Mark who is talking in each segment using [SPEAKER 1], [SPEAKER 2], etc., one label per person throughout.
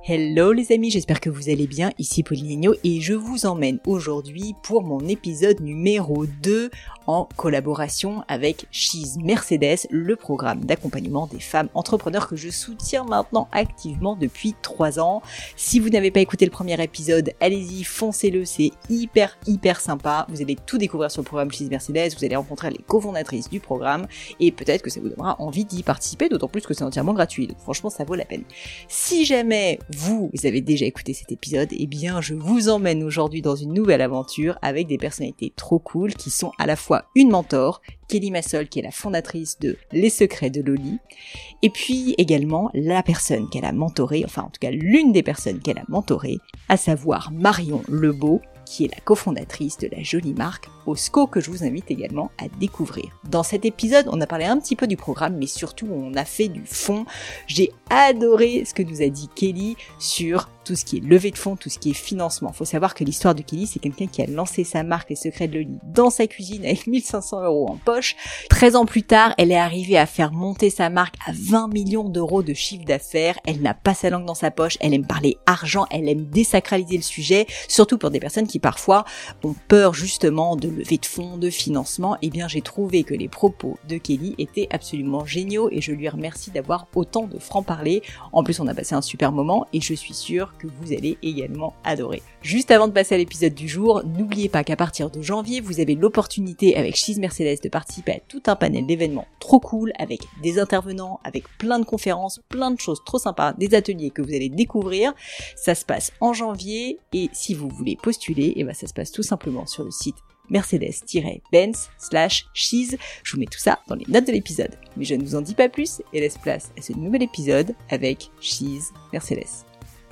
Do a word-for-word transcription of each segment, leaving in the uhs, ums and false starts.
[SPEAKER 1] Hello les amis, j'espère que vous allez bien, ici Pauline Agneau et je vous emmène aujourd'hui pour mon épisode numéro deux en collaboration avec She's Mercedes, le programme d'accompagnement des femmes entrepreneurs que je soutiens maintenant activement depuis trois ans. Si vous n'avez pas écouté le premier épisode, allez-y, foncez-le, c'est hyper hyper sympa. Vous allez tout découvrir sur le programme She's Mercedes, vous allez rencontrer les cofondatrices du programme et peut-être que ça vous donnera envie d'y participer, d'autant plus que c'est entièrement gratuit, donc franchement ça vaut la peine. Si jamais vous, vous avez déjà écouté cet épisode, eh bien je vous emmène aujourd'hui dans une nouvelle aventure avec des personnalités trop cool qui sont à la fois une mentor, Kelly Massol qui est la fondatrice de Les Secrets de Loli, et puis également la personne qu'elle a mentorée, enfin en tout cas l'une des personnes qu'elle a mentorée, à savoir Marion Lebeau, qui est la cofondatrice de la jolie marque Osco, que je vous invite également à découvrir. Dans cet épisode, on a parlé un petit peu du programme, mais surtout on a fait du fond. J'ai adoré ce que nous a dit Kelly sur tout ce qui est levée de fonds, tout ce qui est financement. Faut savoir que l'histoire de Kelly, c'est quelqu'un qui a lancé sa marque Les Secrets de Loli dans sa cuisine avec mille cinq cents euros en poche. treize ans plus tard, elle est arrivée à faire monter sa marque à vingt millions d'euros de chiffre d'affaires. Elle n'a pas sa langue dans sa poche, elle aime parler argent, elle aime désacraliser le sujet, surtout pour des personnes qui parfois ont peur justement de lever de fonds, de financement. Eh bien, j'ai trouvé que les propos de Kelly étaient absolument géniaux et je lui remercie d'avoir autant de franc-parler. En plus, on a passé un super moment et je suis sûre que vous allez également adorer. Juste avant de passer à l'épisode du jour, n'oubliez pas qu'à partir de janvier, vous avez l'opportunité avec She's Mercedes de participer à tout un panel d'événements trop cool avec des intervenants, avec plein de conférences, plein de choses trop sympas, des ateliers que vous allez découvrir. Ça se passe en janvier et si vous voulez postuler, et ben ça se passe tout simplement sur le site mercedes-benz slash she's. Je vous mets tout ça dans les notes de l'épisode. Mais je ne vous en dis pas plus et laisse place à ce nouvel épisode avec She's Mercedes.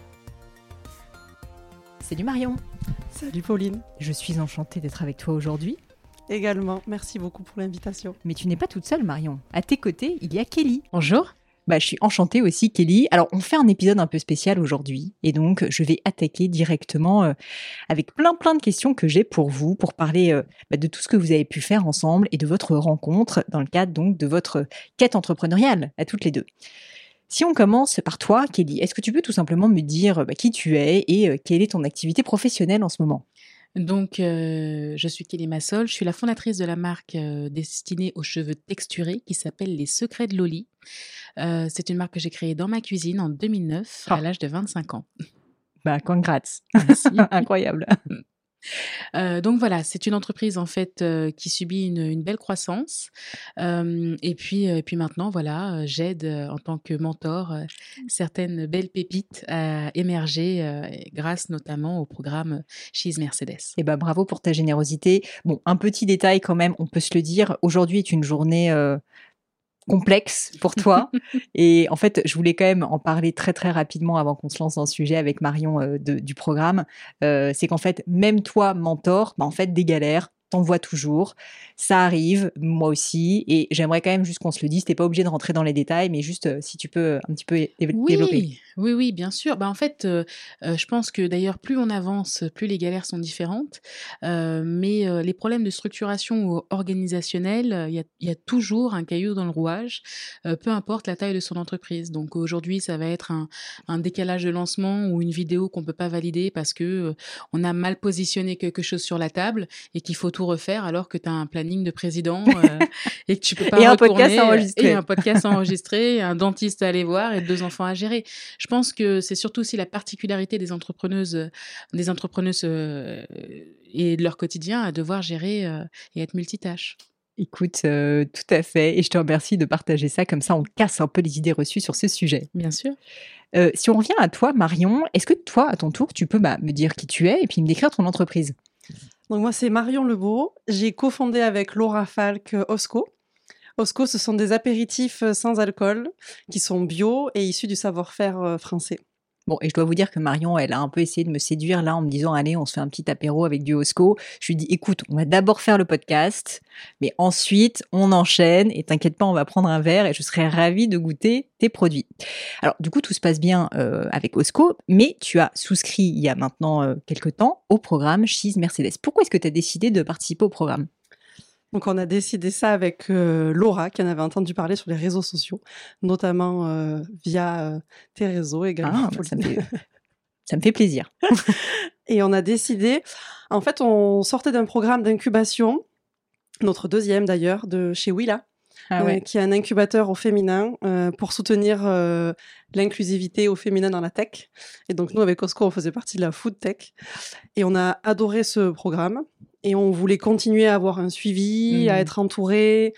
[SPEAKER 1] Salut Marion.
[SPEAKER 2] Salut Pauline.
[SPEAKER 1] Je suis enchantée d'être avec toi aujourd'hui.
[SPEAKER 2] Également, merci beaucoup pour l'invitation.
[SPEAKER 1] Mais tu n'es pas toute seule Marion. À tes côtés, il y a Kelly.
[SPEAKER 3] Bonjour.
[SPEAKER 1] Bah, je suis enchantée aussi, Kelly. Alors, on fait un épisode un peu spécial aujourd'hui. Et donc, je vais attaquer directement euh, avec plein, plein de questions que j'ai pour vous, pour parler euh, bah, de tout ce que vous avez pu faire ensemble et de votre rencontre dans le cadre donc de votre quête entrepreneuriale à toutes les deux. Si on commence par toi, Kelly, est-ce que tu peux tout simplement me dire bah, qui tu es et euh, quelle est ton activité professionnelle en ce moment ?
[SPEAKER 3] Donc, euh, je suis Kelly Massol, je suis la fondatrice de la marque euh, destinée aux cheveux texturés qui s'appelle Les Secrets de Loli. Euh, c'est une marque que j'ai créée dans ma cuisine en deux mille neuf, oh. à l'âge de vingt-cinq ans.
[SPEAKER 1] Bah, congrats.
[SPEAKER 3] Merci.
[SPEAKER 1] Incroyable.
[SPEAKER 3] Euh, donc voilà, c'est une entreprise en fait euh, qui subit une, une belle croissance euh, et puis et puis maintenant voilà, euh, j'aide euh, en tant que mentor euh, certaines belles pépites à émerger euh, grâce notamment au programme She's Mercedes.
[SPEAKER 1] Et bah bravo pour ta générosité. Bon, un petit détail quand même, on peut se le dire. Aujourd'hui est une journée euh, complexe pour toi et en fait je voulais quand même en parler très très rapidement avant qu'on se lance dans le sujet avec Marion euh, de, du programme. Euh, c'est qu'en fait même toi mentor, bah en fait des galères t'en vois toujours, ça arrive, moi aussi, et j'aimerais quand même juste qu'on se le dise, t'es pas obligé de rentrer dans les détails, mais juste euh, si tu peux un petit peu é-
[SPEAKER 3] Oui,
[SPEAKER 1] développer.
[SPEAKER 3] oui, oui, bien sûr. Bah, en fait, euh, euh, je pense que d'ailleurs, plus on avance, plus les galères sont différentes. Euh, mais euh, les problèmes de structuration ou organisationnels, euh, il y a, il y a toujours un caillou dans le rouage, euh, peu importe la taille de son entreprise. Donc aujourd'hui, ça va être un, un décalage de lancement ou une vidéo qu'on peut pas valider parce que euh, on a mal positionné quelque chose sur la table et qu'il faut tout refaire alors que tu as un planning de président euh, et que tu peux pas
[SPEAKER 1] Et un
[SPEAKER 3] retourner,
[SPEAKER 1] podcast enregistré.
[SPEAKER 3] et un podcast enregistré, un dentiste à aller voir et deux enfants à gérer. Je pense que c'est surtout aussi la particularité des entrepreneuses, des entrepreneuses euh, et de leur quotidien à devoir gérer euh, et être multitâche.
[SPEAKER 1] Écoute, euh, tout à fait, et je te remercie de partager ça, comme ça on casse un peu les idées reçues sur ce sujet.
[SPEAKER 3] Bien sûr.
[SPEAKER 1] Euh, si on revient à toi, Marion, est-ce que toi, à ton tour, tu peux bah, me dire qui tu es et puis me décrire ton entreprise ?
[SPEAKER 2] Donc moi, c'est Marion Lebeau. J'ai cofondé avec Laura Falk Osco. Osco, ce sont des apéritifs sans alcool qui sont bio et issus du savoir-faire français.
[SPEAKER 1] Bon, et je dois vous dire que Marion, elle a un peu essayé de me séduire là en me disant, allez, on se fait un petit apéro avec du Osco. Je lui dis, écoute, on va d'abord faire le podcast, mais ensuite, on enchaîne et t'inquiète pas, on va prendre un verre et je serai ravie de goûter tes produits. Alors, du coup, tout se passe bien euh, avec Osco, mais tu as souscrit il y a maintenant euh, quelques temps au programme She's Mercedes. Pourquoi est-ce que tu as décidé de participer au programme ?
[SPEAKER 2] Donc, on a décidé ça avec euh, Laura, qui en avait entendu parler sur les réseaux sociaux, notamment euh, via euh, tes réseaux également.
[SPEAKER 1] Ah, bah, ça me fait, ça me fait plaisir.
[SPEAKER 2] Et on a décidé, en fait, on sortait d'un programme d'incubation, notre deuxième d'ailleurs, de chez Willa,
[SPEAKER 1] Ah ouais.
[SPEAKER 2] euh, qui est un incubateur au féminin euh, pour soutenir euh, l'inclusivité au féminin dans la tech. Et donc, nous, avec Cosco, on faisait partie de la food tech. Et on a adoré ce programme. Et on voulait continuer à avoir un suivi,
[SPEAKER 1] Mmh.
[SPEAKER 2] à être entouré,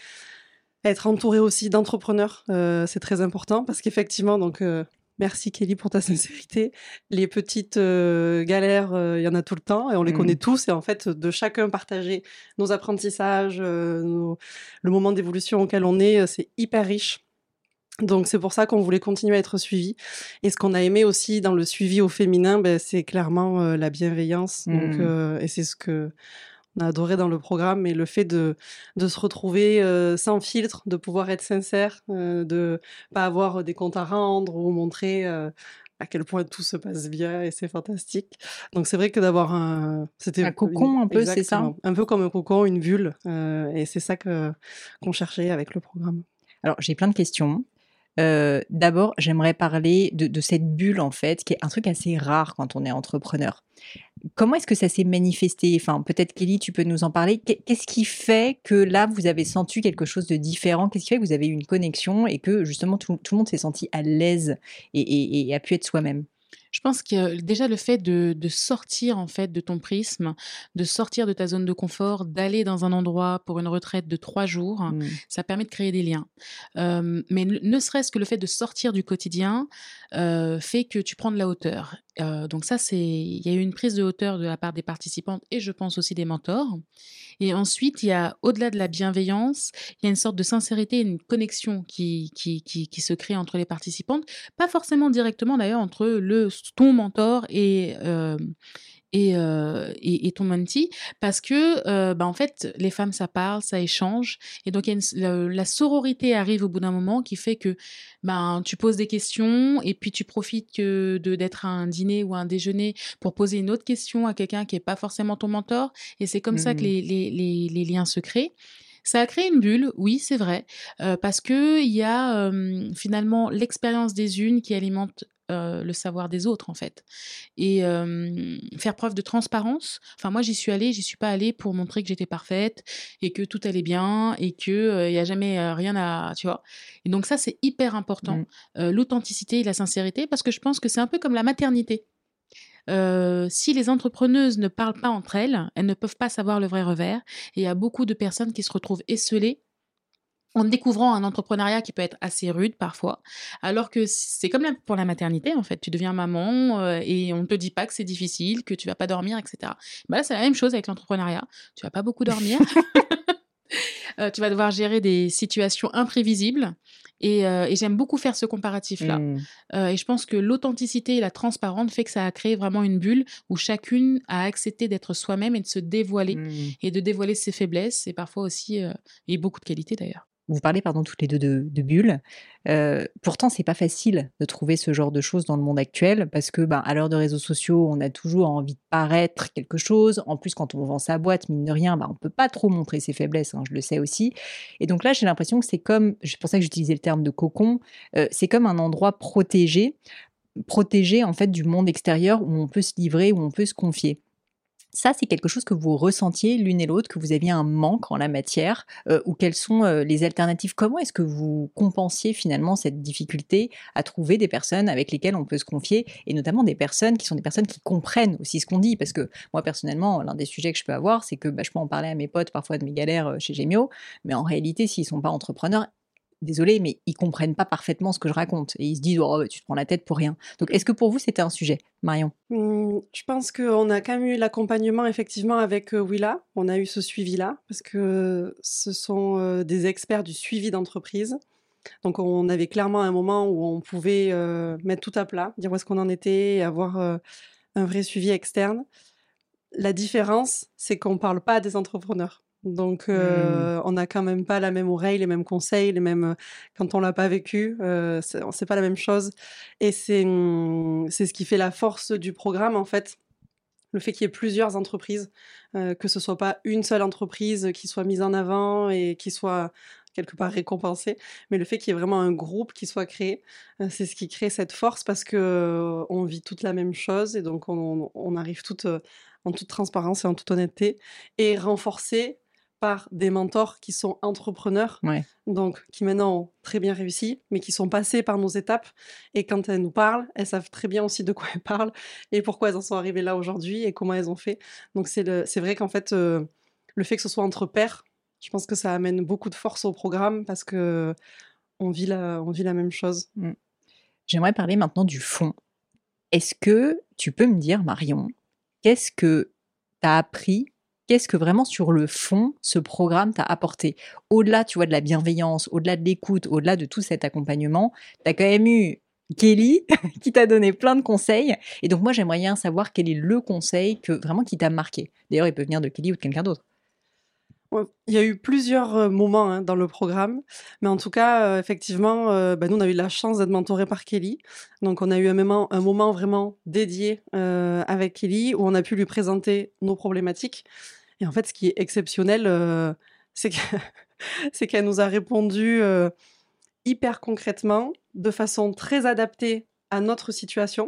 [SPEAKER 2] à être entouré aussi d'entrepreneurs. Euh, c'est très important parce qu'effectivement, donc, euh, merci Kelly pour ta sincérité. Les petites euh, galères, il euh, y en a tout le temps et on les
[SPEAKER 1] Mmh.
[SPEAKER 2] connaît tous. Et en fait, de chacun partager nos apprentissages, euh, nos- le moment d'évolution auquel on est, euh, c'est hyper riche. Donc c'est pour ça qu'on voulait continuer à être suivi. Et ce qu'on a aimé aussi dans le suivi au féminin, ben, c'est clairement euh, la bienveillance. Donc,
[SPEAKER 1] Mmh.
[SPEAKER 2] euh, et c'est ce que on a adoré dans le programme, et le fait de, de se retrouver euh, sans filtre, de pouvoir être sincère, euh, de pas avoir des comptes à rendre ou montrer euh, à quel point tout se passe bien, et c'est fantastique. Donc c'est vrai que d'avoir un... C'était
[SPEAKER 1] Un cocon, un peu, c'est ça?
[SPEAKER 2] exactement. Un peu comme un cocon, une bulle, euh, et c'est ça que, qu'on cherchait avec le programme.
[SPEAKER 1] Alors, j'ai plein de questions. Euh, d'abord, j'aimerais parler de, de cette bulle, en fait, qui est un truc assez rare quand on est entrepreneur. Comment est-ce que ça s'est manifesté? Enfin, peut-être Kelly, tu peux nous en parler. Qu'est- Qu'est-ce qui fait que là, vous avez senti quelque chose de différent? Qu'est-ce qui fait que vous avez eu une connexion et que justement tout, tout le monde s'est senti à l'aise et, et- et a pu être soi-même?
[SPEAKER 3] Je pense que déjà le fait de, de sortir en fait de ton prisme, de sortir de ta zone de confort, d'aller dans un endroit pour une retraite de trois jours,
[SPEAKER 1] Mm.
[SPEAKER 3] ça permet de créer des liens. Euh, mais ne, ne serait-ce que le fait de sortir du quotidien euh, fait que tu prends de la hauteur. Euh, donc ça, c'est, il y a eu une prise de hauteur de la part des participantes et je pense aussi des mentors. Et ensuite, il y a, au-delà de la bienveillance, il y a une sorte de sincérité, une connexion qui, qui, qui, qui se crée entre les participantes, pas forcément directement d'ailleurs entre le, ton mentor et, euh, et, euh, et, et ton mentee, parce que euh, bah, en fait, les femmes, ça parle, ça échange, et donc il y a une- la, la sororité arrive au bout d'un moment qui fait que ben, tu poses des questions, et puis tu profites que de, d'être à un dîner ou à un déjeuner pour poser une autre question à quelqu'un qui n'est pas forcément ton mentor, et c'est comme ça que
[SPEAKER 1] Mm.
[SPEAKER 3] les, les, les, les liens se créent. Ça a créé une bulle, oui, c'est vrai, euh, parce que il y a euh, finalement l'expérience des unes qui alimente euh, le savoir des autres, en fait. Et euh, faire preuve de transparence. Enfin, moi, j'y suis allée, j'y suis pas allée pour montrer que j'étais parfaite et que tout allait bien et que il y a jamais euh, rien à, tu vois. Et donc ça, c'est hyper important,
[SPEAKER 1] Mm.
[SPEAKER 3] euh, l'authenticité et la sincérité, parce que je pense que c'est un peu comme la maternité. Euh, si les entrepreneuses ne parlent pas entre elles, elles ne peuvent pas savoir le vrai revers. Et il y a beaucoup de personnes qui se retrouvent esselées en découvrant un entrepreneuriat qui peut être assez rude parfois, alors que c'est comme la- pour la maternité, en fait. Tu deviens maman euh, et on ne te dit pas que c'est difficile, que tu vas pas dormir, et cetera. Bah là, c'est la même chose avec l'entrepreneuriat. Tu vas pas beaucoup dormir. Euh, tu vas devoir gérer des situations imprévisibles. Et, euh, et j'aime beaucoup faire ce comparatif-là.
[SPEAKER 1] Mm.
[SPEAKER 3] Euh, et je pense que l'authenticité et la transparence fait que ça a créé vraiment une bulle où chacune a accepté d'être soi-même et de se dévoiler
[SPEAKER 1] Mm.
[SPEAKER 3] et de dévoiler ses faiblesses et parfois aussi, euh, et beaucoup de qualités d'ailleurs.
[SPEAKER 1] Vous parlez, pardon, toutes les deux de, de bulles. Euh, pourtant, c'est pas facile de trouver ce genre de choses dans le monde actuel parce que, ben, à l'heure de réseaux sociaux, on a toujours envie de paraître quelque chose. En plus, quand on vend sa boîte, mine de rien, ben, on peut pas trop montrer ses faiblesses, hein, je le sais aussi. Et donc là, j'ai l'impression que c'est comme, c'est pour ça que j'utilisais le terme de cocon, euh, c'est comme un endroit protégé, protégé en fait du monde extérieur où on peut se livrer, où on peut se confier. Ça, c'est quelque chose que vous ressentiez l'une et l'autre, que vous aviez un manque en la matière, euh, ou quelles sont euh, les alternatives? Comment est-ce que vous compensiez finalement cette difficulté à trouver des personnes avec lesquelles on peut se confier, et notamment des personnes qui sont des personnes qui comprennent aussi ce qu'on dit? Parce que moi, personnellement, l'un des sujets que je peux avoir, c'est que bah, je peux en parler à mes potes parfois de mes galères euh, chez Gemio, mais en réalité, s'ils sont pas entrepreneurs, désolé, mais ils comprennent pas parfaitement ce que je raconte, et ils se disent oh, tu te prends la tête pour rien. Donc, est-ce que pour vous, c'était un sujet, Marion?
[SPEAKER 2] Hum, je pense qu'on a quand même eu l'accompagnement effectivement avec euh, Willa. On a eu ce suivi-là parce que ce sont euh, des experts du suivi d'entreprise. Donc on avait clairement un moment où on pouvait euh, mettre tout à plat, dire où est-ce qu'on en était et avoir euh, un vrai suivi externe. La différence, c'est qu'on ne parle pas des entrepreneurs. Donc,
[SPEAKER 1] Mm.
[SPEAKER 2] euh, on n'a quand même pas la même oreille, les mêmes conseils, les mêmes. euh, Quand on l'a pas vécu, euh, c'est c'est pas la même chose. Et c'est hum, c'est ce qui fait la force du programme, en fait. le fait qu'il y ait plusieurs entreprises, euh, que ce soit pas une seule entreprise qui soit mise en avant et qui soit quelque part récompensée, mais le fait qu'il y ait vraiment un groupe qui soit créé, euh, c'est ce qui crée cette force parce que euh, on vit toute la même chose et donc on, on arrive toutes euh, en toute transparence et en toute honnêteté et renforcé par des mentors qui sont entrepreneurs,
[SPEAKER 1] Ouais.
[SPEAKER 2] donc qui maintenant ont très bien réussi, mais qui sont passés par nos étapes. Et quand elles nous parlent, elles savent très bien aussi de quoi elles parlent et pourquoi elles en sont arrivées là aujourd'hui et comment elles ont fait. Donc c'est le, c'est vrai qu'en fait, euh, le fait que ce soit entre pairs, je pense que ça amène beaucoup de force au programme parce que on vit la, on vit la même chose.
[SPEAKER 1] Mm. J'aimerais parler maintenant du fond. Est-ce que tu peux me dire, Marion, qu'est-ce que tu as appris? Qu'est-ce que vraiment sur le fond, ce programme t'a apporté? Au-delà, tu vois, de la bienveillance, au-delà de l'écoute, au-delà de tout cet accompagnement, tu as quand même eu Kelly qui t'a donné plein de conseils. Et donc moi, j'aimerais bien savoir quel est le conseil que vraiment qui t'a marqué. D'ailleurs, il peut venir de Kelly ou de quelqu'un d'autre.
[SPEAKER 2] Ouais, il y a eu plusieurs euh, moments hein, dans le programme, mais en tout cas, euh, effectivement, euh, bah, nous, on a eu la chance d'être mentorés par Kelly. Donc, on a eu un moment, un moment vraiment dédié euh, avec Kelly où on a pu lui présenter nos problématiques. Et en fait, ce qui est exceptionnel, euh, c'est que- c'est qu'elle nous a répondu euh, hyper concrètement, de façon très adaptée à notre situation,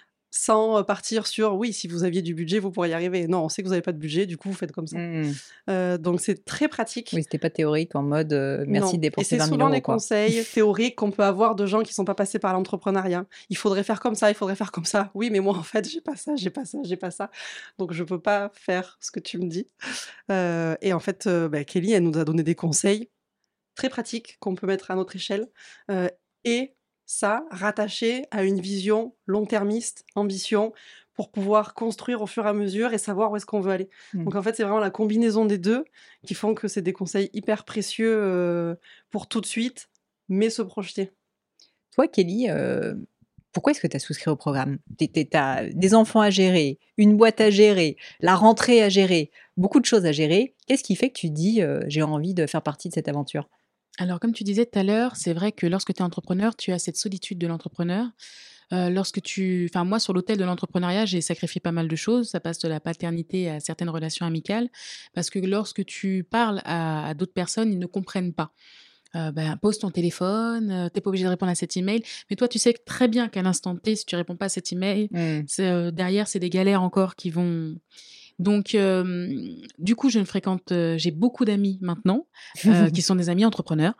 [SPEAKER 2] sans euh, partir sur oui, si vous aviez du budget, vous pourriez y arriver. Non, on sait que vous n'avez pas de budget, du coup, vous faites comme ça.
[SPEAKER 1] Mmh.
[SPEAKER 2] Euh, donc, c'est très pratique.
[SPEAKER 1] Oui, c'était pas théorique en mode euh, merci
[SPEAKER 2] Non.
[SPEAKER 1] de
[SPEAKER 2] Et
[SPEAKER 1] dépenser
[SPEAKER 2] c'est
[SPEAKER 1] vingt mille
[SPEAKER 2] souvent
[SPEAKER 1] euros,
[SPEAKER 2] les
[SPEAKER 1] quoi.
[SPEAKER 2] conseils théoriques qu'on peut avoir de gens qui sont pas passés par l'entrepreneuriat. Il faudrait faire comme ça, il faudrait faire comme ça. Oui, mais moi, en fait, j'ai pas ça, j'ai pas ça, j'ai pas ça. Donc, je peux pas faire ce que tu me dis. Euh, et en fait, euh, bah, Kelly, elle nous a donné des conseils très pratiques qu'on peut mettre à notre échelle. Euh, et ça, rattaché à une vision long-termiste, ambition, pour pouvoir construire au fur et à mesure et savoir où est-ce qu'on veut aller.
[SPEAKER 1] Mm.
[SPEAKER 2] Donc en fait, c'est vraiment la combinaison des deux qui font que c'est des conseils hyper précieux euh, pour tout de suite, mais se projeter.
[SPEAKER 1] Toi, Kelly, euh, pourquoi est-ce que tu as souscrit au programme? Tu as des enfants à gérer, une boîte à gérer, la rentrée à gérer, beaucoup de choses à gérer. Qu'est-ce qui fait que tu dis euh, j'ai envie de faire partie de cette aventure?
[SPEAKER 3] Alors, comme tu disais tout à l'heure, c'est vrai que lorsque tu es entrepreneur, tu as cette solitude de l'entrepreneur. Euh, lorsque tu, enfin moi sur l'autel de l'entrepreneuriat, j'ai sacrifié pas mal de choses. Ça passe de la paternité à certaines relations amicales, parce que lorsque tu parles à, à d'autres personnes, ils ne comprennent pas. Euh, ben, pose ton téléphone, euh, t'es pas obligé de répondre à cet email, mais toi tu sais très bien qu'à l'instant T, si tu réponds pas à cet email,
[SPEAKER 1] Mm.
[SPEAKER 3] c'est, euh, derrière c'est des galères encore qui vont. Donc, euh, du coup, je ne fréquente, euh, j'ai beaucoup d'amis maintenant, euh, qui sont des amis entrepreneurs,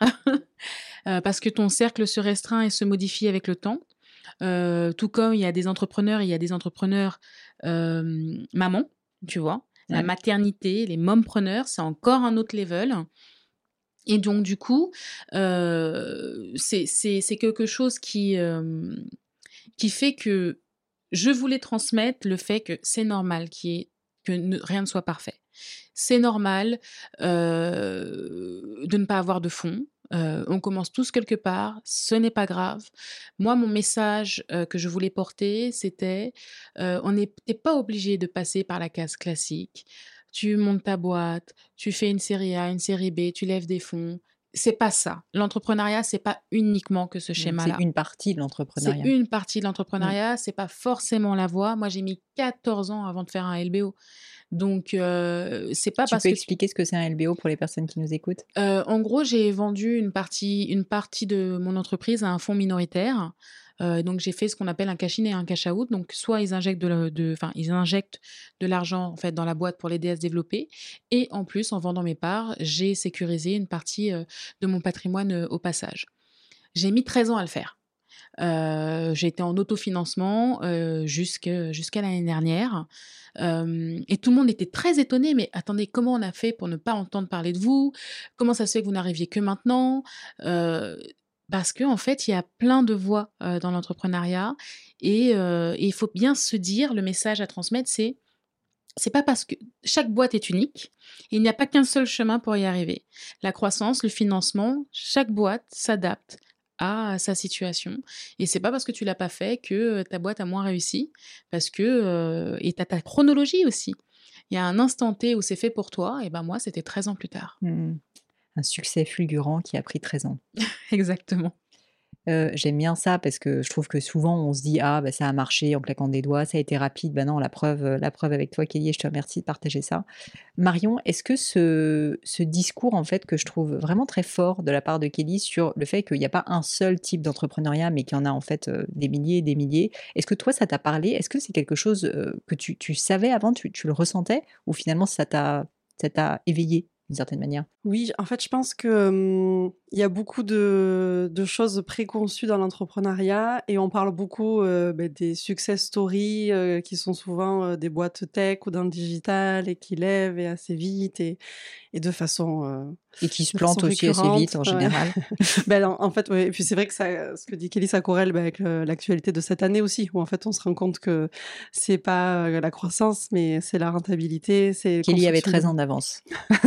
[SPEAKER 3] euh, parce que ton cercle se restreint et se modifie avec le temps. Euh, tout comme il y a des entrepreneurs, il y a des entrepreneurs euh, mamans, tu vois. La
[SPEAKER 1] Ouais.
[SPEAKER 3] maternité, les mompreneurs, c'est encore un autre level. Et donc, du coup, euh, c'est c'est- c'est quelque chose qui, euh, qui fait que je voulais transmettre le fait que c'est normal qu'il y ait- que ne- rien ne soit parfait. C'est normal euh, de ne pas avoir de fonds. Euh, on commence tous quelque part, ce n'est pas grave. Moi, mon message euh, que je voulais porter, c'était euh, on n'est t'es pas obligé de passer par la case classique. Tu montes ta boîte, tu fais une série A, une série B, tu lèves des fonds. C'est pas ça. L'entrepreneuriat, c'est pas uniquement que ce
[SPEAKER 1] Mm. C'est
[SPEAKER 3] schéma-là.
[SPEAKER 1] une partie de
[SPEAKER 3] C'est
[SPEAKER 1] l'entrepreneuriat.
[SPEAKER 3] une partie de
[SPEAKER 1] Mm.
[SPEAKER 3] l'entrepreneuriat, c'est pas forcément la voie. Moi, j'ai mis quatorze ans avant de faire un L B O. Donc, euh, c'est pas
[SPEAKER 1] Tu
[SPEAKER 3] parce
[SPEAKER 1] peux
[SPEAKER 3] que tu-
[SPEAKER 1] expliquer ce que c'est un L B O pour les personnes qui nous écoutent?
[SPEAKER 3] Euh, en gros, j'ai vendu une partie, une partie de mon entreprise à un fonds minoritaire. Euh, donc, j'ai fait ce qu'on appelle un cash-in et un cash-out. Donc, soit ils injectent de, la- de, enfin, ils injectent de l'argent en fait dans la boîte pour l'aider à se développer. Et en plus, en vendant mes parts, j'ai sécurisé une partie euh, de mon patrimoine euh, au passage. J'ai mis treize ans à le faire. Euh, j'ai été en autofinancement euh, jusque- jusqu'à l'année dernière. Euh, et tout le monde était très étonné. Mais attendez, comment on a fait pour ne pas entendre parler de vous? Comment ça se fait que vous n'arriviez que maintenant? Euh, Parce qu'en en fait, il y a plein de voies euh, dans l'entrepreneuriat. Et euh, et il faut bien se dire, le message à transmettre, c'est c'est pas parce que chaque boîte est unique, il n'y a pas qu'un seul chemin pour y arriver. La croissance, le financement, chaque boîte s'adapte à sa situation. Et c'est pas parce que tu l'as pas fait que euh, ta boîte a moins réussi, parce que euh, et t'as ta chronologie aussi. Il y a un instant T où c'est fait pour toi, et ben moi c'était treize ans plus tard.
[SPEAKER 1] Mm. Un succès fulgurant qui a pris treize ans.
[SPEAKER 3] Exactement.
[SPEAKER 1] Heu, j'aime bien ça parce que je trouve que souvent on se dit: «Ah bah, ça a marché en claquant des doigts, ça a été rapide». Bah non, la preuve, heu, la preuve avec toi Kelly et je te remercie de partager ça. Marion, est-ce que ce ce discours en fait que je trouve vraiment très fort de la part de Kelly sur le fait qu'il y a pas un seul type d'entrepreneuriat, mais qu'il y en a en fait, heu, des milliers et des milliers. Est-ce que toi ça t'a parlé? Est-ce que c'est quelque chose, heu, que tu tu savais avant, tu tu le ressentais? Ou finalement ça t'a ça t'a éveillé d'une certaine manière?
[SPEAKER 2] Oui, en fait, je pense que, hem, il y a beaucoup de de choses préconçues dans l'entrepreneuriat et on parle beaucoup, heu, beh, des success stories, heu, qui sont souvent, heu, des boîtes tech ou dans le digital et qui lèvent et assez vite et et de façon, heu,
[SPEAKER 1] Et qui se
[SPEAKER 2] de façon
[SPEAKER 1] plante aussi assez vite
[SPEAKER 2] récurrente.
[SPEAKER 1] en
[SPEAKER 2] Ouais.
[SPEAKER 1] général.
[SPEAKER 2] Ben, en en fait, ouais et puis c'est vrai que ça ce que dit Kelly, ça corrèle, bah, avec, heu, l'actualité de cette année aussi, où en fait on se rend compte que c'est pas, heu, la croissance, mais c'est la rentabilité, c'est
[SPEAKER 1] Kelly avait
[SPEAKER 2] construction de
[SPEAKER 1] treize ans d'avance.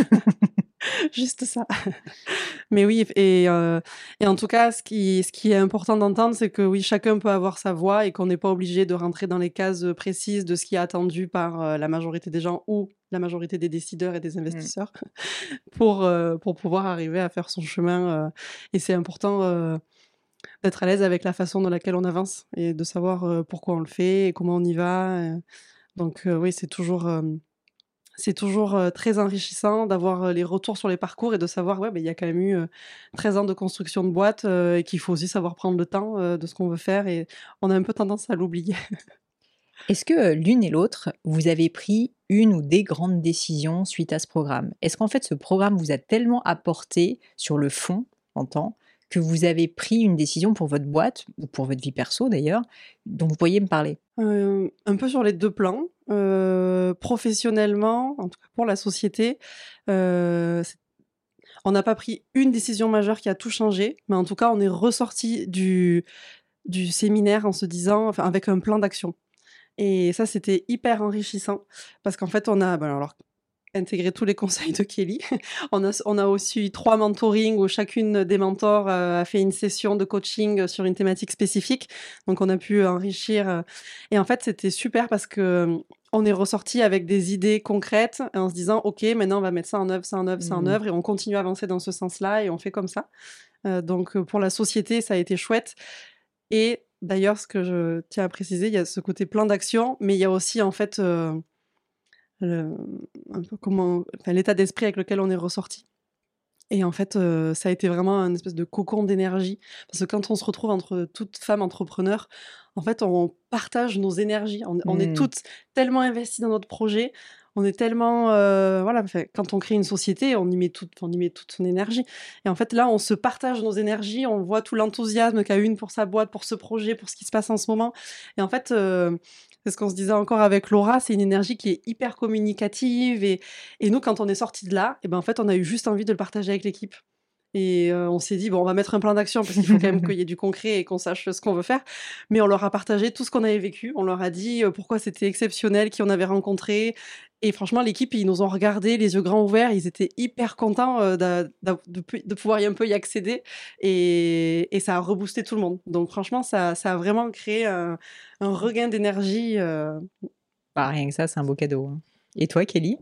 [SPEAKER 2] juste ça. Mais oui et heu et en tout cas, ce qui ce qui est important d'entendre, c'est que oui, chacun peut avoir sa voix et qu'on n'est pas obligé de rentrer dans les cases, heu, précises de ce qui est attendu par, heu, la majorité des gens ou la majorité des décideurs et des
[SPEAKER 1] Mmh.
[SPEAKER 2] investisseurs pour, heu, pour pouvoir arriver à faire son chemin, heu et c'est important, heu, d'être à l'aise avec la façon dans laquelle on avance et de savoir, heu, pourquoi on le fait et comment on y va, heu, donc heu, oui, c'est toujours, hem, c'est toujours, heu, très enrichissant d'avoir, heu, les retours sur les parcours et de savoir, ouais, beh, il y a quand même eu, heu, treize ans de construction de boîte, heu et qu'il faut aussi savoir prendre le temps, heu, de ce qu'on veut faire et on a un peu tendance à l'oublier.
[SPEAKER 1] Est-ce que, heu, l'une et l'autre, vous avez pris une ou des grandes décisions suite à ce programme? Est-ce qu'en fait ce programme vous a tellement apporté sur le fond, j'entends, que vous avez pris une décision pour votre boîte ou pour votre vie perso d'ailleurs, dont vous pourriez me parler?
[SPEAKER 2] Hem, un peu sur les deux plans, heu, professionnellement, en tout cas pour la société, heu, c on n'a pas pris une décision majeure qui a tout changé, mais en tout cas, on est ressortis du du séminaire en se disant enfin, avec un plan d'action et ça, c'était hyper enrichissant parce qu'en fait, on a, bah, alors intégré tous les conseils de Kelly. On a s on a aussi eu trois mentorings où chacune des mentors, heu, a fait une session de coaching, sur une thématique spécifique. Donc on a pu enrichir, heu et en fait, c'était super parce que, hem, on est ressortis avec des idées concrètes en se disant: «OK, maintenant on va mettre ça en œuvre, ça en œuvre, ça en
[SPEAKER 1] Mmh.
[SPEAKER 2] œuvre et on continue à avancer dans ce sens-là et on fait comme ça». Heu, donc heu, pour la société, ça a été chouette et d'ailleurs, ce que je tiens à préciser, il y a ce côté plan d'action, mais il y a aussi en fait, heu, le un peu comment enfin l'état d'esprit avec lequel on est ressortis et en fait, heu, ça a été vraiment un espèce de cocon d'énergie parce que quand on se retrouve entre toutes femmes entrepreneurs, en fait, on partage nos énergies. On on est
[SPEAKER 1] Mmh.
[SPEAKER 2] toutes tellement investies dans notre projet, on est tellement, heu, voilà, enfin, quand on crée une société, on y met toute on y met toute son énergie et en fait, là, on se partage nos énergies, on voit tout l'enthousiasme qu'a une pour sa boîte, pour ce projet, pour ce qui se passe en ce moment et en fait, heu, c'est ce qu'on se disait encore avec Laura, c'est une énergie qui est hyper communicative et et nous, quand on est sortis de là et ben, en fait, on a eu juste envie de le partager avec l'équipe et heu, on s'est dit: «Bon, on va mettre un plan d'action parce qu'il faut quand même qu'il y ait du concret et qu'on sache ce qu'on veut faire». Mais on leur a partagé tout ce qu'on avait vécu. On leur a dit, heu, pourquoi c'était exceptionnel, qui on avait rencontré et franchement, l'équipe, ils nous ont regardés les yeux grands ouverts. Ils étaient hyper contents, heu, d'a d'av de pu de pouvoir y un peu y accéder et et ça a reboosté tout le monde. Donc franchement, ça ça a vraiment créé un un regain d'énergie, heu
[SPEAKER 1] Bah, rien que ça, c'est un beau cadeau, hein. Et toi Kelly?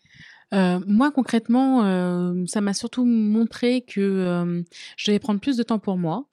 [SPEAKER 3] Heu, moi concrètement, hem, ça m'a surtout montré que, hem, je devais prendre plus de temps pour moi,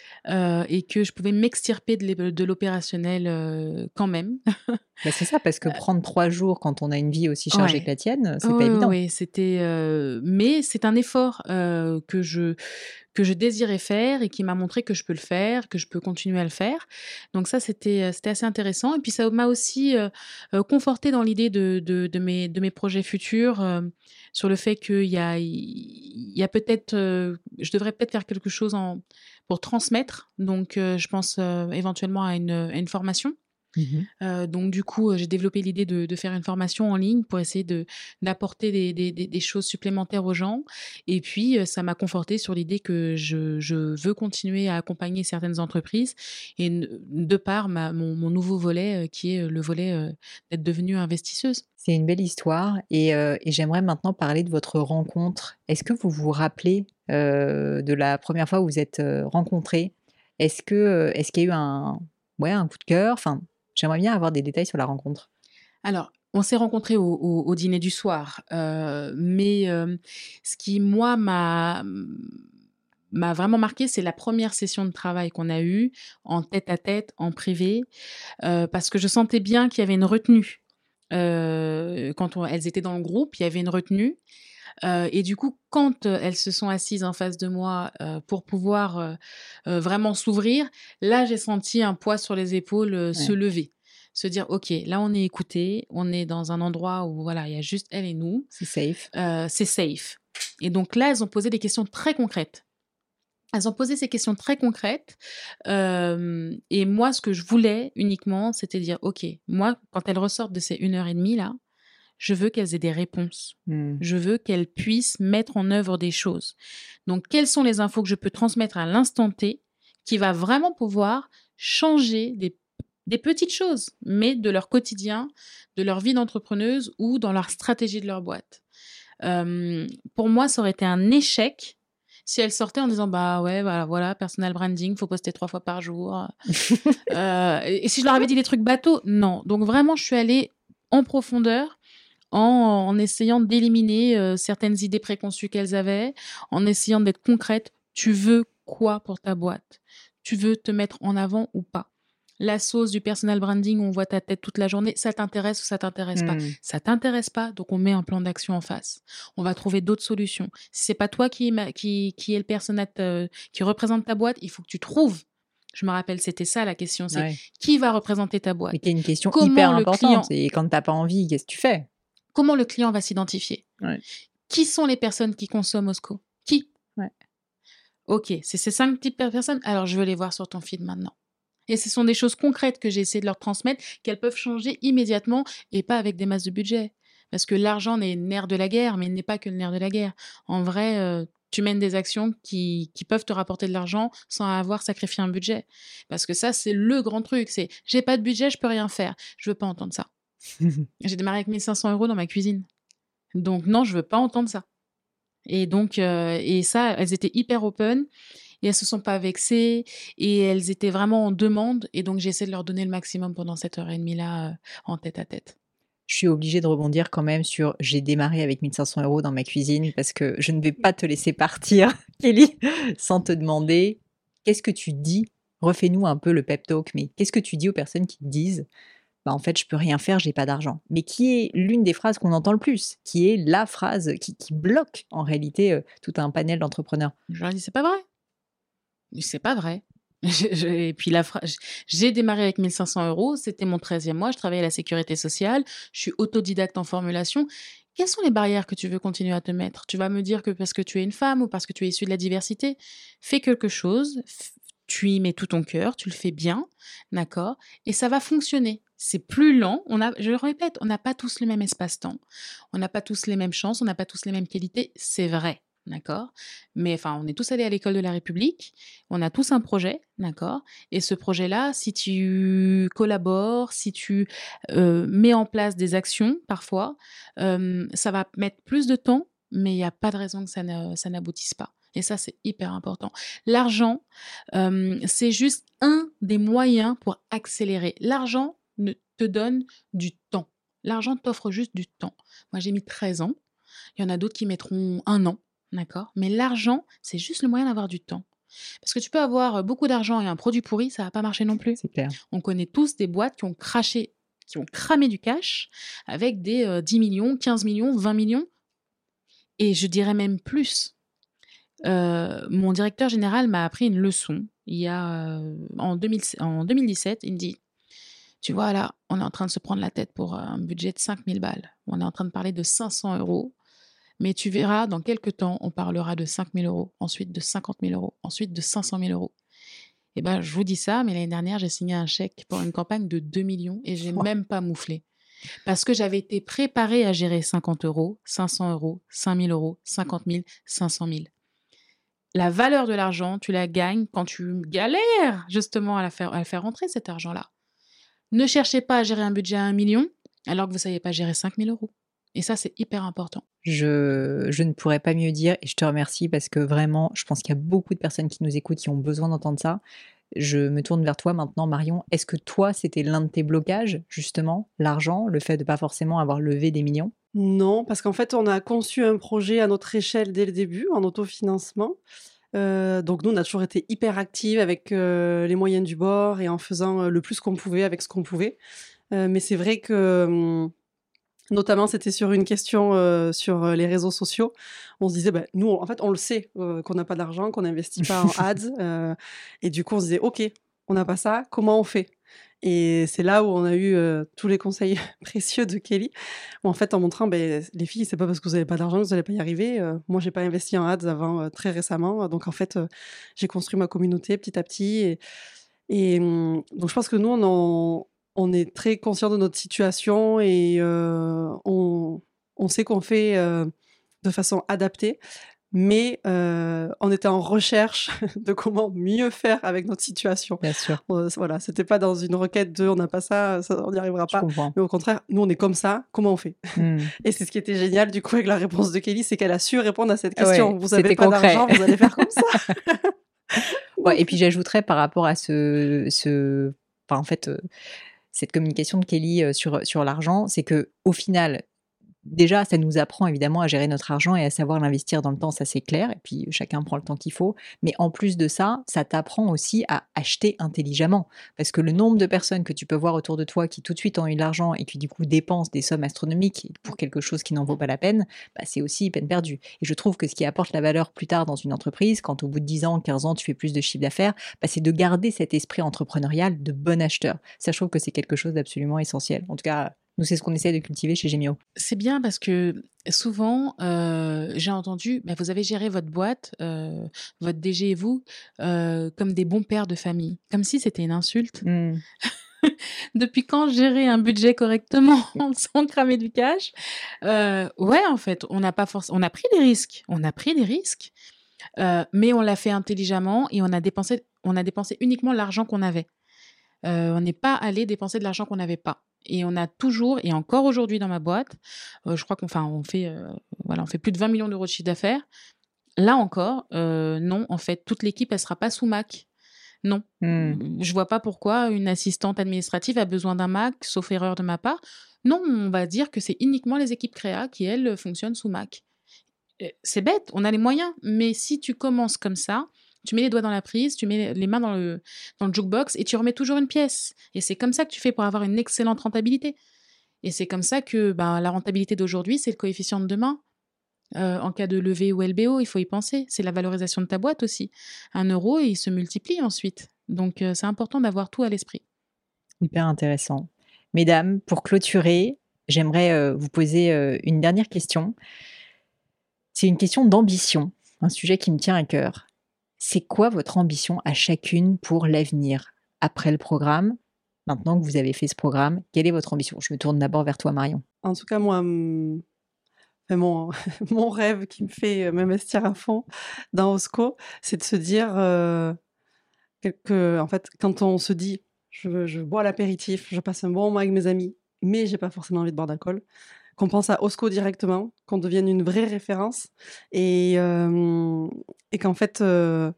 [SPEAKER 3] heu et que je pouvais m'extirper de l'ép de l'opérationnel, heu, quand même.
[SPEAKER 1] Bah, c'est ça, parce que prendre trois jours quand on a une vie aussi chargée que
[SPEAKER 3] Ouais.
[SPEAKER 1] la tienne,
[SPEAKER 3] Ouais,
[SPEAKER 1] c'est pas
[SPEAKER 3] ouais,
[SPEAKER 1] évident.
[SPEAKER 3] ouais, c'était, heu mais c'est un effort, heu, que je que je désirais faire et qui m'a montré que je peux le faire, que je peux continuer à le faire. Donc ça, c'était, heu, c'était assez intéressant et puis ça m'a aussi, heu heu, confortée dans l'idée de de de mes de mes projets futurs, hem, sur le fait qu'il y a il y a peut-être, heu, je devrais peut-être faire quelque chose en pour transmettre. Donc heu, je pense, heu, éventuellement à une, à une formation.
[SPEAKER 1] Mmh mh.
[SPEAKER 3] Heu, donc du coup, heu, j'ai développé l'idée de de faire une formation en ligne pour essayer de d'apporter des des des des choses supplémentaires aux gens et puis, heu, ça m'a confortée sur l'idée que je je veux continuer à accompagner certaines entreprises et n de par ma mon mon nouveau volet, heu, qui est, heu, le volet, heu, d'être devenue investisseuse.
[SPEAKER 1] C'est une belle histoire et heu et j'aimerais maintenant parler de votre rencontre. Est-ce que vous vous rappelez, heu, de la première fois où vous êtes, heu, rencontrées? Est-ce que, heu, est-ce qu'il y a eu un ouais, un coup de cœur? Enfin, j'aimerais bien avoir des détails sur la rencontre.
[SPEAKER 3] Alors, on s'est rencontrés au au au dîner du soir, heu, mais hem, ce qui moi m'a, mmh m'a vraiment marqué, c'est la première session de travail qu'on a eue en tête-à-tête, en privé, heu, parce que je sentais bien qu'il y avait une retenue. Heu, quand on elles étaient dans le groupe, il y avait une retenue, heu et du coup, quand, heu, elles se sont assises en face de moi, heu, pour pouvoir, heu heu, vraiment s'ouvrir, là, j'ai senti un poids sur les épaules, heu, se
[SPEAKER 1] Ouais,
[SPEAKER 3] lever. Se dire: «OK, là, on est écouté, on est dans un endroit où voilà, il y a juste elle et nous,
[SPEAKER 1] c'est safe.
[SPEAKER 3] heu, c'est safe» et donc là, elles ont posé des questions très concrètes. Elles ont posé ces questions très concrètes, hem et moi, ce que je voulais uniquement, c'était dire: «OK, moi, quand elles ressortent de ces une heure et demie là, je veux qu'elles aient des réponses.
[SPEAKER 1] Mmh.
[SPEAKER 3] Je veux qu'elles puissent mettre en œuvre des choses. Donc quelles sont les infos que je peux transmettre à l'instant T qui va vraiment pouvoir changer des des petites choses, mais de leur quotidien, de leur vie d'entrepreneuse ou dans leur stratégie de leur boîte?» Hem, pour moi, ça aurait été un échec si elles sortaient en disant: «Bah, ouais, voilà voilà, personal branding, faut poster trois fois par jour», heu et et si je leur avais dit des trucs bateaux, non. Donc vraiment, je suis allée en profondeur en en essayant d'éliminer, heu, certaines idées préconçues qu'elles avaient, en essayant d'être concrète. Tu veux quoi pour ta boîte? Tu veux te mettre en avant ou pas? La sauce du personal branding où on voit ta tête toute la journée, ça t'intéresse ou ça t'intéresse pas?
[SPEAKER 1] Mmh.
[SPEAKER 3] Ça t'intéresse pas, donc on met un plan d'action en face. On va trouver d'autres solutions. Si c'est pas toi qui est ma qui qui est le persona heu, qui représente ta boîte, il faut que tu trouves. Je me rappelle, c'était ça la question, c'est:
[SPEAKER 1] Ouais.
[SPEAKER 3] «Qui va représenter ta
[SPEAKER 1] Mais
[SPEAKER 3] boîte?
[SPEAKER 1] qui est une question hyper
[SPEAKER 3] Comment le
[SPEAKER 1] importante
[SPEAKER 3] client
[SPEAKER 1] et quand tu pas envie, qu'est-ce que tu fais?
[SPEAKER 3] comment le client va s'identifier?
[SPEAKER 1] Ouais,
[SPEAKER 3] Qui sont les personnes qui consomment Osco? Qui?
[SPEAKER 1] ouais.
[SPEAKER 3] OK, c'est ces cinq types de personnes? Alors je veux les voir sur ton feed maintenant et ce sont des choses concrètes que j'ai essayé de leur transmettre, qu'elles peuvent changer immédiatement et pas avec des masses de budget. Parce que l'argent n'est le nerf de la guerre, mais il n'est pas que le nerf de la guerre. En vrai, heu, tu mènes des actions qui qui peuvent te rapporter de l'argent sans avoir sacrifié un budget. Parce que ça, c'est le grand truc, c'est: «J'ai pas de budget, je peux rien faire». Je veux pas entendre ça. J'ai démarré avec mille cinq cents euros dans ma cuisine. Donc non, je veux pas entendre ça. Et donc, heu et ça, elles étaient hyper open et elles se sont pas vexées et elles étaient vraiment en demande et donc j'ai essayé de leur donner le maximum pendant cette heure et demie là, heu, en tête à tête.
[SPEAKER 1] Je suis obligée de rebondir quand même sur j'ai démarré avec mille cinq cents euros dans ma cuisine parce que je ne vais pas te laisser partir, Kelly, sans te demander qu'est-ce que tu dis? Refais-nous un peu le pep talk, mais qu'est-ce que tu dis aux personnes qui te disent: «Bah, en fait, je peux rien faire, j'ai pas d'argent». Mais qui est l'une des phrases qu'on entend le plus, qui est la phrase qui qui bloque en réalité, heu, tout un panel d'entrepreneurs.
[SPEAKER 3] Je leur dis: «C'est pas vrai, c'est pas vrai». Je je et puis la phra j j'ai démarré avec mille cinq cents euros, c'était mon treizième mois, je travaillais à la sécurité sociale, je suis autodidacte en formulation. Quelles sont les barrières que tu veux continuer à te mettre? Tu vas me dire que parce que tu es une femme ou parce que tu es issue de la diversité? Fais quelque chose, f tu y mets tout ton cœur, tu le fais bien, d'accord? Et ça va fonctionner. C'est plus lent, on a je le répète, on n'a pas tous le même espace-temps, on n'a pas tous les mêmes chances, on n'a pas tous les mêmes qualités, c'est vrai, d'accord? Mais enfin, on est tous allés à l'école de la République, on a tous un projet, d'accord? Et ce projet-là, si tu collabores, si tu, heu, mets en place des actions parfois, hem, ça va mettre plus de temps, mais il y a pas de raison que ça ne ça n'aboutisse pas et ça, c'est hyper important. L'argent, hem, c'est juste un des moyens pour accélérer. L'argent ne te donne du temps. L'argent t'offre juste du temps. Moi, j'ai mis treize ans, il y en a d'autres qui mettront un an, d'accord? Mais l'argent, c'est juste le moyen d'avoir du temps. Parce que tu peux avoir beaucoup d'argent et un produit pourri, ça va pas marcher non plus.
[SPEAKER 1] C'est clair.
[SPEAKER 3] On connaît tous des boîtes qui ont craché, qui ont cramé du cash avec des euh, dix millions, quinze millions, vingt millions. Et je dirais même plus. Euh, mon directeur général m'a appris une leçon il y a euh, en, deux mille, en deux mille dix-sept. Il me dit: tu vois, là, on est en train de se prendre la tête pour un budget de cinq mille balles. On est en train de parler de cinq cents euros. Mais tu verras, dans quelques temps, on parlera de cinq mille euros, ensuite de cinquante mille euros, ensuite de cinq cent mille euros. Eh ben, je vous dis ça, mais l'année dernière, j'ai signé un chèque pour une campagne de deux millions et j'ai
[SPEAKER 1] Oh.
[SPEAKER 3] même pas mouflé. Parce que j'avais été préparée à gérer cinquante euros, cinq cents euros, cinq mille euros, cinquante mille, cinq cent mille. La valeur de l'argent, tu la gagnes quand tu galères justement à la faire, à la faire rentrer cet argent-là. Ne cherchez pas à gérer un budget à un million alors que vous ne savez pas gérer cinq mille euros. Et ça, c'est hyper important.
[SPEAKER 1] Je, je ne pourrais pas mieux dire et je te remercie parce que vraiment, je pense qu'il y a beaucoup de personnes qui nous écoutent qui ont besoin d'entendre ça. Je me tourne vers toi maintenant, Marion. Est-ce que toi, c'était l'un de tes blocages, justement, l'argent, le fait de pas forcément avoir levé des millions?
[SPEAKER 2] Non, parce qu'en fait, on a conçu un projet à notre échelle dès le début, en autofinancement. Heu, donc nous, on a toujours été hyper actives avec, heu, les moyens du bord et en faisant, heu, le plus qu'on pouvait avec ce qu'on pouvait. Heu, mais c'est vrai que, mmh, notamment, c'était sur une question, heu, sur, heu, les réseaux sociaux. On se disait: «Bah, nous, en fait, on le sait, heu, qu'on n'a pas d'argent, qu'on n'investit pas en ads», heu et du coup, on se disait: «OK, on n'a pas ça, comment on fait?» Et c'est là où on a eu, heu, tous les conseils précieux de Kelly, où en fait, en montrant: «Beh, les filles, c'est pas parce que vous avez pas d'argent que vous allez pas y arriver, heu, moi, j'ai pas investi en ads avant, heu, très récemment, donc en fait, heu, j'ai construit ma communauté petit à petit» et et mmh, donc je pense que nous, on en on est très conscients de notre situation et heu, on on sait qu'on fait, heu, de façon adaptée, mais heu, on était en recherche de comment mieux faire avec notre situation.
[SPEAKER 1] Bien sûr,
[SPEAKER 2] Heu, voilà, c'était pas dans une requête de: «On n'a pas ça, ça on n'y arrivera
[SPEAKER 1] je
[SPEAKER 2] pas»,
[SPEAKER 1] comprends.
[SPEAKER 2] mais au contraire: «Nous, on est comme ça, comment on fait?»
[SPEAKER 1] Mmh.
[SPEAKER 2] Et c'est ce qui était génial du coup avec la réponse de Kelly, c'est qu'elle a su répondre à cette
[SPEAKER 1] Ouais,
[SPEAKER 2] question. «Vous avez
[SPEAKER 1] c'était
[SPEAKER 2] pas
[SPEAKER 1] concret.
[SPEAKER 2] d'argent, vous allez faire comme ça?»
[SPEAKER 1] Ouais et
[SPEAKER 2] Donc
[SPEAKER 1] puis j'ajouterais par rapport à ce ce enfin, en fait, heu, cette communication de Kelly, heu, sur, sur l'argent, c'est qu'au final, déjà, ça nous apprend évidemment à gérer notre argent et à savoir l'investir dans le temps, ça c'est clair. Et puis chacun prend le temps qu'il faut. Mais en plus de ça, ça t'apprend aussi à acheter intelligemment. Parce que le nombre de personnes que tu peux voir autour de toi qui tout de suite ont eu de l'argent et qui du coup dépensent des sommes astronomiques pour quelque chose qui n'en vaut pas la peine, bah, c'est aussi peine perdue. Et je trouve que ce qui apporte la valeur plus tard dans une entreprise, quand au bout de dix ans, quinze ans, tu fais plus de chiffre d'affaires, bah, c'est de garder cet esprit entrepreneurial de bon acheteur. Ça, je trouve que c'est quelque chose d'absolument essentiel. En tout cas, nous, c'est ce qu'on essaie de cultiver chez Gemio.
[SPEAKER 3] C'est bien parce que souvent, heu, j'ai entendu: «Bah, vous avez géré votre boîte, heu, votre D G et vous, heu, comme des bons pères de famille». Comme si c'était une insulte.
[SPEAKER 1] Mmh.
[SPEAKER 3] Depuis quand gérer un budget correctement sans cramer du cash? Heu, ouais, en fait, on n'a pas forc on a pris des risques, on a pris des risques, heu, mais on l'a fait intelligemment et on a dépensé on a dépensé uniquement l'argent qu'on avait. Heu, on n'est pas allé dépenser de l'argent qu'on n'avait pas et on a toujours et encore aujourd'hui dans ma boîte, heu, je crois qu'on enfin, on fait, heu, voilà, on fait plus de vingt millions d'euros de chiffre d'affaires. Là encore, heu, non, en fait, toute l'équipe, elle sera pas sous Mac. Non.
[SPEAKER 1] Mmh.
[SPEAKER 3] Mmh, je vois pas pourquoi une assistante administrative a besoin d'un Mac, sauf erreur de ma part. Non, on va dire que c'est uniquement les équipes créa qui, elles, fonctionnent sous Mac. Heu, c'est bête, on a les moyens, mais si tu commences comme ça, tu mets les doigts dans la prise, tu mets les mains dans le dans le jukebox et tu remets toujours une pièce et c'est comme ça que tu fais pour avoir une excellente rentabilité et c'est comme ça que, ben, la rentabilité d'aujourd'hui, c'est le coefficient de demain. Heu, en cas de levée ou L B O, il faut y penser. C'est la valorisation de ta boîte aussi. Un euro, il se multiplie ensuite. Donc heu, c'est important d'avoir tout à l'esprit.
[SPEAKER 1] Hyper intéressant. Mesdames, pour clôturer, j'aimerais, heu, vous poser, heu, une dernière question. C'est une question d'ambition, un sujet qui me tient à cœur. C'est quoi votre ambition à chacune pour l'avenir? Après le programme, maintenant que vous avez fait ce programme, quelle est votre ambition? Je me tourne d'abord vers toi, Marion.
[SPEAKER 2] en tout cas, moi, mmh, enfin mon mon rêve qui me fait, heu, m'investir à fond dans Osco, c'est de se dire, heu, que que en fait, quand on se dit: «Je je bois l'apéritif, je passe un bon moment avec mes amis, mais j'ai pas forcément envie de boire d'alcool», qu'on pense à Osco directement, qu'on devienne une vraie référence et hem et qu'en fait, heu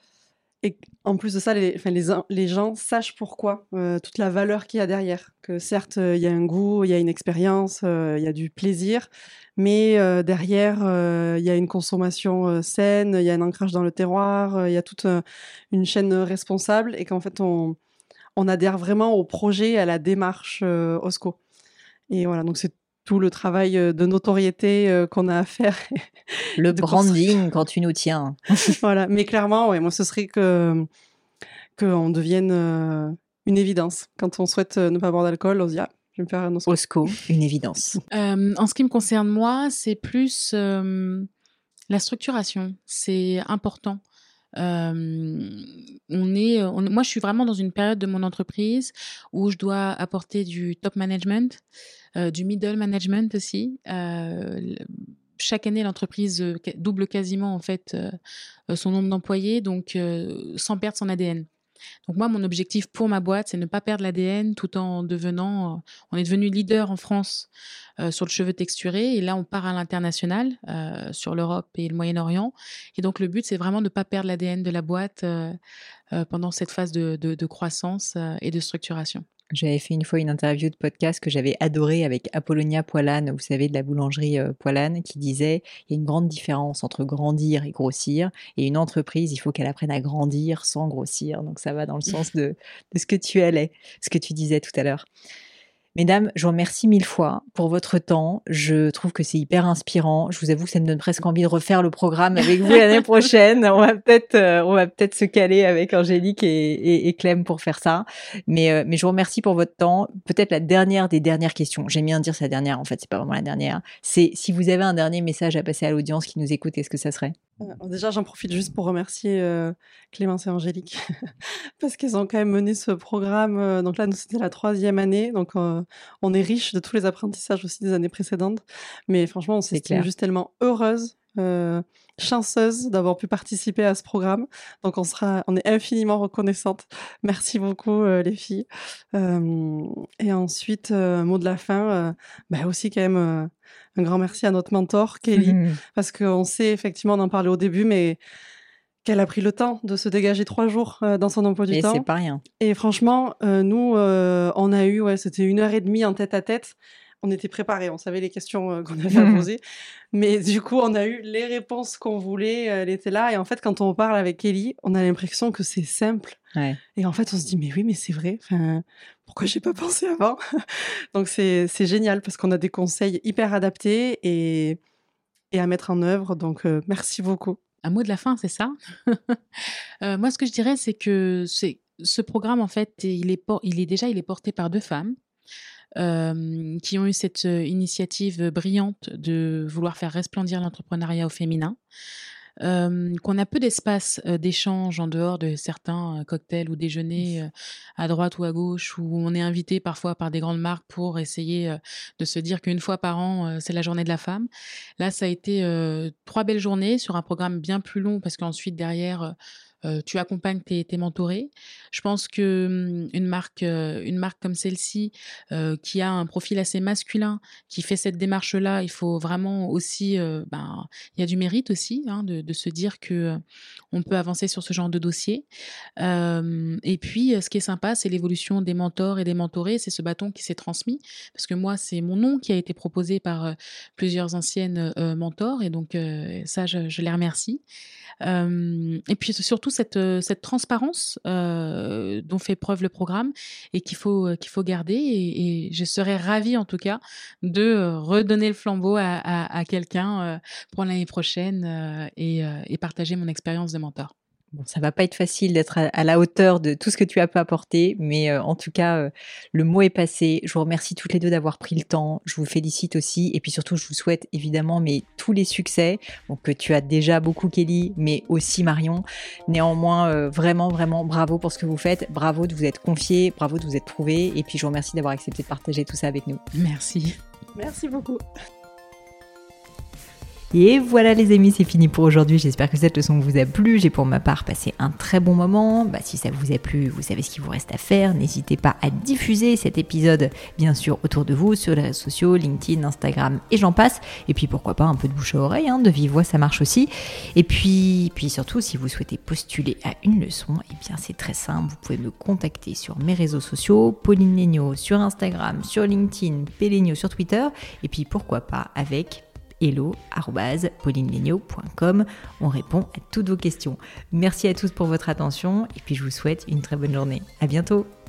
[SPEAKER 2] et en plus de ça, les enfin les in les gens sachent pourquoi, heu, toute la valeur qu'il y a derrière. Que certes, heu, il y a un goût, il y a une expérience, heu, il y a du plaisir, mais heu, derrière, heu, il y a une consommation, heu, saine, il y a un ancrage dans le terroir, heu, il y a toute, heu, une chaîne, heu, responsable et qu'en fait on on adhère vraiment au projet, à la démarche, heu, Osco et voilà, donc c'est tout le travail, heu, de notoriété, heu, qu'on a à faire
[SPEAKER 1] Le
[SPEAKER 2] et de construction.
[SPEAKER 1] branding quand tu nous tiens.
[SPEAKER 2] Voilà, mais clairement, ouais, moi ce serait que qu'on devienne, heu, une évidence. Quand on souhaite, heu, ne pas boire d'alcool, on se dit: «Ah, je vais me faire un Osco».
[SPEAKER 1] Osco, une évidence.
[SPEAKER 3] Hem, en ce qui me concerne moi, c'est plus, hem, la structuration. C'est important. Hem, on est, on moi, je suis vraiment dans une période de mon entreprise où je dois apporter du top management, heu, du middle management aussi. Heu, l Chaque année, l'entreprise, heu, qua double quasiment en fait, heu, son nombre d'employés donc heu, sans perdre son A D N. Donc moi, mon objectif pour ma boîte, c'est ne pas perdre l'A D N tout en devenant, heu on est devenu leader en France, heu, sur le cheveu texturé et là, on part à l'international, heu, sur l'Europe et le Moyen-Orient et donc le but, c'est vraiment de ne pas perdre l'A D N de la boîte, heu heu, pendant cette phase de de de croissance, heu et de structuration.
[SPEAKER 1] J'avais fait une fois une interview de podcast que j'avais adorée avec Apollonia Poilane, vous savez, de la boulangerie euh, Poilane, qui disait il y a une grande différence entre grandir et grossir, et une entreprise, il faut qu'elle apprenne à grandir sans grossir. Donc ça va dans le sens de, de ce que tu allais, ce que tu disais tout à l'heure. Mesdames, je vous remercie mille fois pour votre temps. Je trouve que c'est hyper inspirant. Je vous avoue que ça me donne presque envie de refaire le programme avec vous l'année prochaine. On va peut-être, euh, on va peut-être se caler avec Angélique et, et, et Clem pour faire ça. Mais, euh, mais je vous remercie pour votre temps. Peut-être la dernière des dernières questions. J'aime bien dire c'est la dernière. En fait, c'est pas vraiment la dernière. C'est si vous avez un dernier message à passer à l'audience qui nous écoute, est-ce que ça serait?
[SPEAKER 2] Déjà, j'en profite juste pour remercier euh, Clémence et Angélique parce qu'elles ont quand même mené ce programme. Euh, donc là, nous, c'était la troisième année. Donc, euh, on est riche de tous les apprentissages aussi des années précédentes. Mais franchement, on s'estime juste tellement heureuse, euh, chanceuse d'avoir pu participer à ce programme. Donc, on, sera, on est infiniment reconnaissante. Merci beaucoup, euh, les filles. Euh, et ensuite, euh, mot de la fin, euh, bah aussi quand même... Euh, un grand merci à notre mentor, Kelly, mmh. parce qu'on sait, effectivement, on en parlait au début, mais qu'elle a pris le temps de se dégager trois jours euh, dans son emploi du
[SPEAKER 1] et
[SPEAKER 2] temps.
[SPEAKER 1] Et c'est pas rien.
[SPEAKER 2] Et franchement, euh, nous, euh, on a eu, ouais, c'était une heure et demie en tête à tête. On était préparés, on savait les questions euh, qu'on avait à poser. Mais du coup, on a eu les réponses qu'on voulait, elle était là. Et en fait, quand on parle avec Kelly, on a l'impression que c'est simple.
[SPEAKER 1] Ouais.
[SPEAKER 2] Et en fait, on se dit, mais oui, mais c'est vrai. Enfin, pourquoi j'ai pas pensé avant? Donc, c'est, c'est génial parce qu'on a des conseils hyper adaptés et, et à mettre en œuvre. Donc, euh, merci beaucoup.
[SPEAKER 3] Un mot de la fin, c'est ça? euh, Moi, ce que je dirais, c'est que c'est, ce programme, en fait, il est, por- il est déjà il est porté par deux femmes. Euh, qui ont eu cette euh, initiative brillante de vouloir faire resplendir l'entrepreneuriat au féminin, euh, qu'on a peu d'espace euh, d'échange en dehors de certains euh, cocktails ou déjeuners euh, à droite ou à gauche, où on est invité parfois par des grandes marques pour essayer euh, de se dire qu'une fois par an, euh, c'est la journée de la femme. Là, ça a été euh, trois belles journées sur un programme bien plus long, parce qu'ensuite, derrière... Euh, Euh, tu accompagnes tes, tes mentorés. Je pense que hum, une marque, euh, une marque comme celle-ci, euh, qui a un profil assez masculin, qui fait cette démarche-là, il faut vraiment aussi, euh, ben, il y a du mérite aussi, hein, de, de se dire que euh, on peut avancer sur ce genre de dossier. Euh, et puis, ce qui est sympa, c'est l'évolution des mentors et des mentorés. C'est ce bâton qui s'est transmis, parce que moi, c'est mon nom qui a été proposé par euh, plusieurs anciennes euh, mentors, et donc euh, ça, je, je les remercie. Euh, et puis surtout cette, cette transparence euh, dont fait preuve le programme et qu'il faut, qu'il faut garder. Et, et je serais ravie en tout cas de redonner le flambeau à, à, à quelqu'un euh, pour l'année prochaine euh, et, euh, et partager mon expérience de mentor.
[SPEAKER 1] Bon, ça va pas être facile d'être à, à la hauteur de tout ce que tu as pu apporter, mais euh, en tout cas, euh, le mot est passé. Je vous remercie toutes les deux d'avoir pris le temps. Je vous félicite aussi, et puis surtout, je vous souhaite évidemment mais tous les succès. Donc que tu as déjà beaucoup, Kelly, mais aussi Marion. Néanmoins, euh, vraiment, vraiment, bravo pour ce que vous faites. Bravo de vous être confié, bravo de vous être trouvé, et puis je vous remercie d'avoir accepté de partager tout ça avec nous.
[SPEAKER 3] Merci.
[SPEAKER 2] Merci beaucoup.
[SPEAKER 1] Et voilà les amis, c'est fini pour aujourd'hui. J'espère que cette leçon vous a plu. J'ai pour ma part passé un très bon moment. Bah, si ça vous a plu, vous savez ce qu'il vous reste à faire. N'hésitez pas à diffuser cet épisode, bien sûr, autour de vous, sur les réseaux sociaux, LinkedIn, Instagram et j'en passe. Et puis pourquoi pas un peu de bouche à oreille, hein, de vive voix, ça marche aussi. Et puis, puis surtout, si vous souhaitez postuler à une leçon, eh bien c'est très simple. Vous pouvez me contacter sur mes réseaux sociaux, Pauline Legnaud sur Instagram, sur LinkedIn, P Legnaud sur Twitter. Et puis pourquoi pas avec hello arobase pauline legnaud point com. On répond à toutes vos questions. Merci à tous pour votre attention et puis je vous souhaite une très bonne journée. À bientôt.